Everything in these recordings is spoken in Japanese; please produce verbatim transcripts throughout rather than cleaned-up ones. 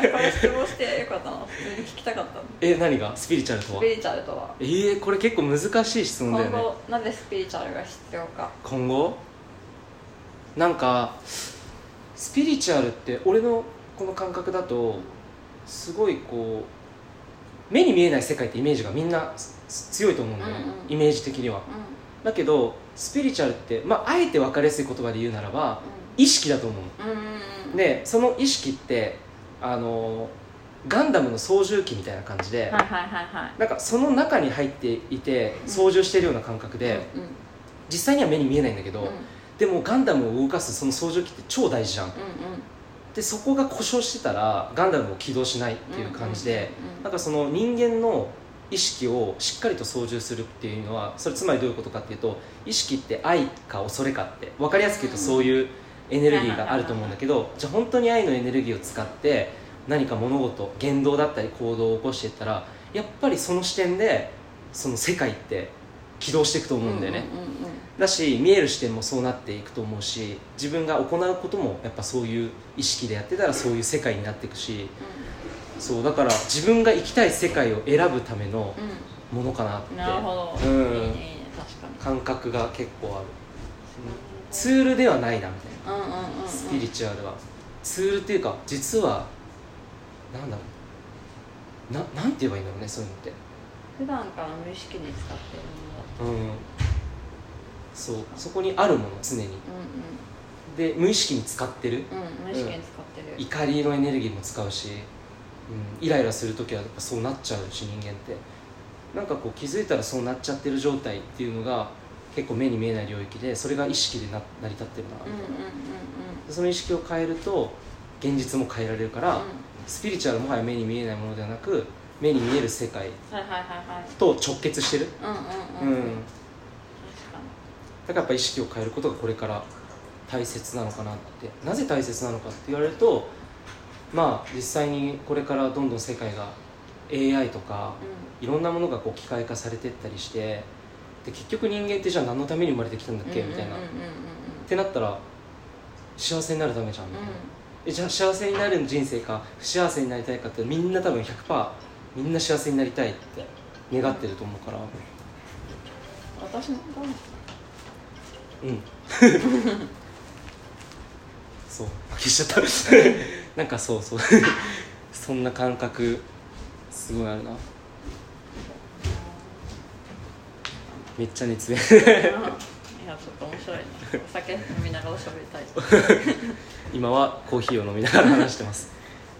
これ質問してよかったな、普通に聞きたかったの。 え、何がスピリチュアルとは？ スピリチュアルとはえー、これ結構難しい質問だよね。 今後なぜスピリチュアルが必要か。 今後なんかスピリチュアルって俺のこの感覚だとすごいこう目に見えない世界ってイメージがみんな強いと思うんだよね、 うんうん、 イメージ的には、うん、だけどスピリチュアルって、まあ、あえて分かりやすい言葉で言うならば、うん、意識だと思う、うんうんうん、でその意識ってあのガンダムの操縦機みたいな感じで、はいはいはいはい、なんかその中に入っていて操縦してるような感覚で、うんうん、実際には目に見えないんだけど、うん、でもガンダムを動かすその操縦機って超大事じゃん、うんうん、でそこが故障してたらガンダムを起動しないっていう感じで、うんうんうん、なんかその人間の意識をしっかりと操縦するっていうのはそれつまりどういうことかっていうと、意識って愛か恐れかって分かりやすく言うとそういうエネルギーがあると思うんだけど、じゃあ本当に愛のエネルギーを使って何か物事言動だったり行動を起こしていったらやっぱりその視点でその世界って起動していくと思うんだよね、うんうんうんうん、だし見える視点もそうなっていくと思うし、自分が行うこともやっぱそういう意識でやってたらそういう世界になっていくし、うん、そうだから自分が生きたい世界を選ぶためのものかなって、うん、なるほど、うん、いいねいいね、確かに感覚が結構ある。ツールではないなみたいな、うんうんうんうん、スピリチュアルはツールっていうか実はなんだろう な, なんて言えばいいんだろうね、そういうのって普段から無意識に使ってるものだと、うん、 そうそこにあるもの常に、うんうん、で無意識に使ってる、うん、 無意識に使ってる、 うん、怒りのエネルギーも使うし、うん、イライラするときはやっぱそうなっちゃうし、人間ってなんかこう気づいたらそうなっちゃってる状態っていうのが結構目に見えない領域で、それが意識で な, 成り立ってるなみたいな、うんうんうんうん、その意識を変えると現実も変えられるから、うん、スピリチュアルもはや目に見えないものではなく目に見える世界と直結してる、うんうんうんうん、だからやっぱ意識を変えることがこれから大切なのかなって。なぜ大切なのかって言われると、まあ実際にこれからどんどん世界が エーアイ とか、うん、いろんなものがこう機械化されていったりして、で結局人間ってじゃあ何のために生まれてきたんだっけ、うんうんうんうん、みたいなってなったら幸せになるためじゃんみたいな、うん、えじゃあ幸せになる人生か不幸せになりたいかってみんな多分 ひゃくパーセント みんな幸せになりたいって願ってると思うから、 私もうんそう消しちゃったなんかそうそうそんな感覚すごいあるな。めっちゃ熱弁いやちょっと面白いな。お酒飲みながら喋りたい今はコーヒーを飲みながら話してます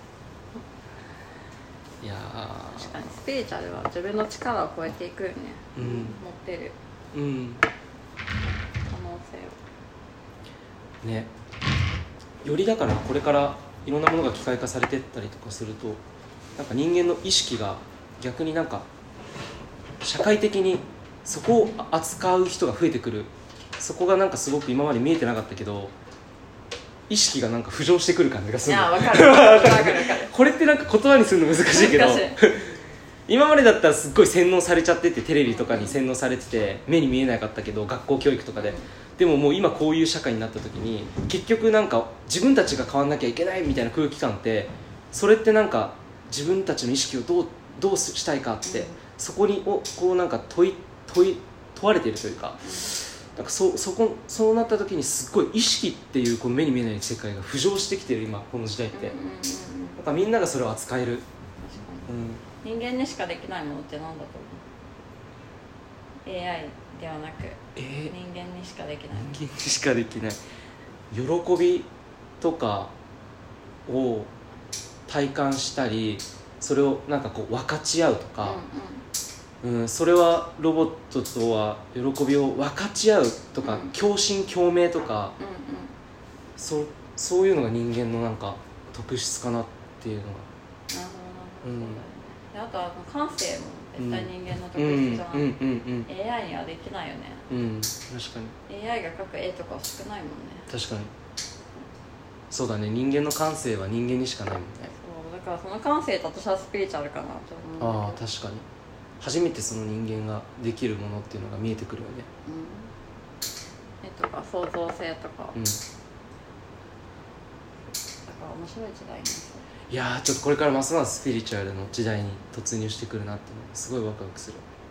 いや確かにスピリチュアルは自分の力を超えていくよね、うん、持ってる、うん、可能性をね。よりだからこれからいろんなものが機械化されていったりとかすると、なんか人間の意識が逆になんか社会的にそこを扱う人が増えてくる。そこがなんかすごく今まで見えてなかったけど意識がなんか浮上してくる感じがする。いや分かる分かる分かるこれってなんか言葉にするの難しいけど今までだったらすっごい洗脳されちゃってて、テレビとかに洗脳されてて目に見えなかったけど学校教育とかで、でももう今こういう社会になった時に結局なんか自分たちが変わんなきゃいけないみたいな空気感って、それってなんか自分たちの意識をどうどうしたいかって、うん、そこにをこうなんか問い問い問われているというか、なんか そ, そ, こそうなった時にすっごい意識っていうこの目に見えない世界が浮上してきてる今この時代って、うんうんうん、だからみんながそれを扱える。 うん、人間にしかできないものって何だと思う？ エーアイ ではなく、えー、人間にしかできない人間にしかできない喜びとかを体感したり、それをなんかこう分かち合うとか、うんうんうん、それはロボットとは喜びを分かち合うとか、うん、共振共鳴とか、うんうん、そ, そういうのが人間のなんか特質かなっていうのが。なるほどなるほど、うん、であとは感性も絶対人間の特質じゃん、うんうんうんうん、エーアイ にはできないよね、 うん、確かにエーアイ が描く絵とか少ないもんね。 確かにそうだね、人間の感性は人間にしかないもんね。 そうだからその感性と私はスピリチュアルかなと思う。 ああ確かに初めてその人間ができるものっていうのが見えてくるよね、 うん、絵とか創造性とか、うん、だから面白い時代に。 いいやーちょっとこれからますますスピリチュアルの時代に突入してくるなっていうのすごいワクワクする。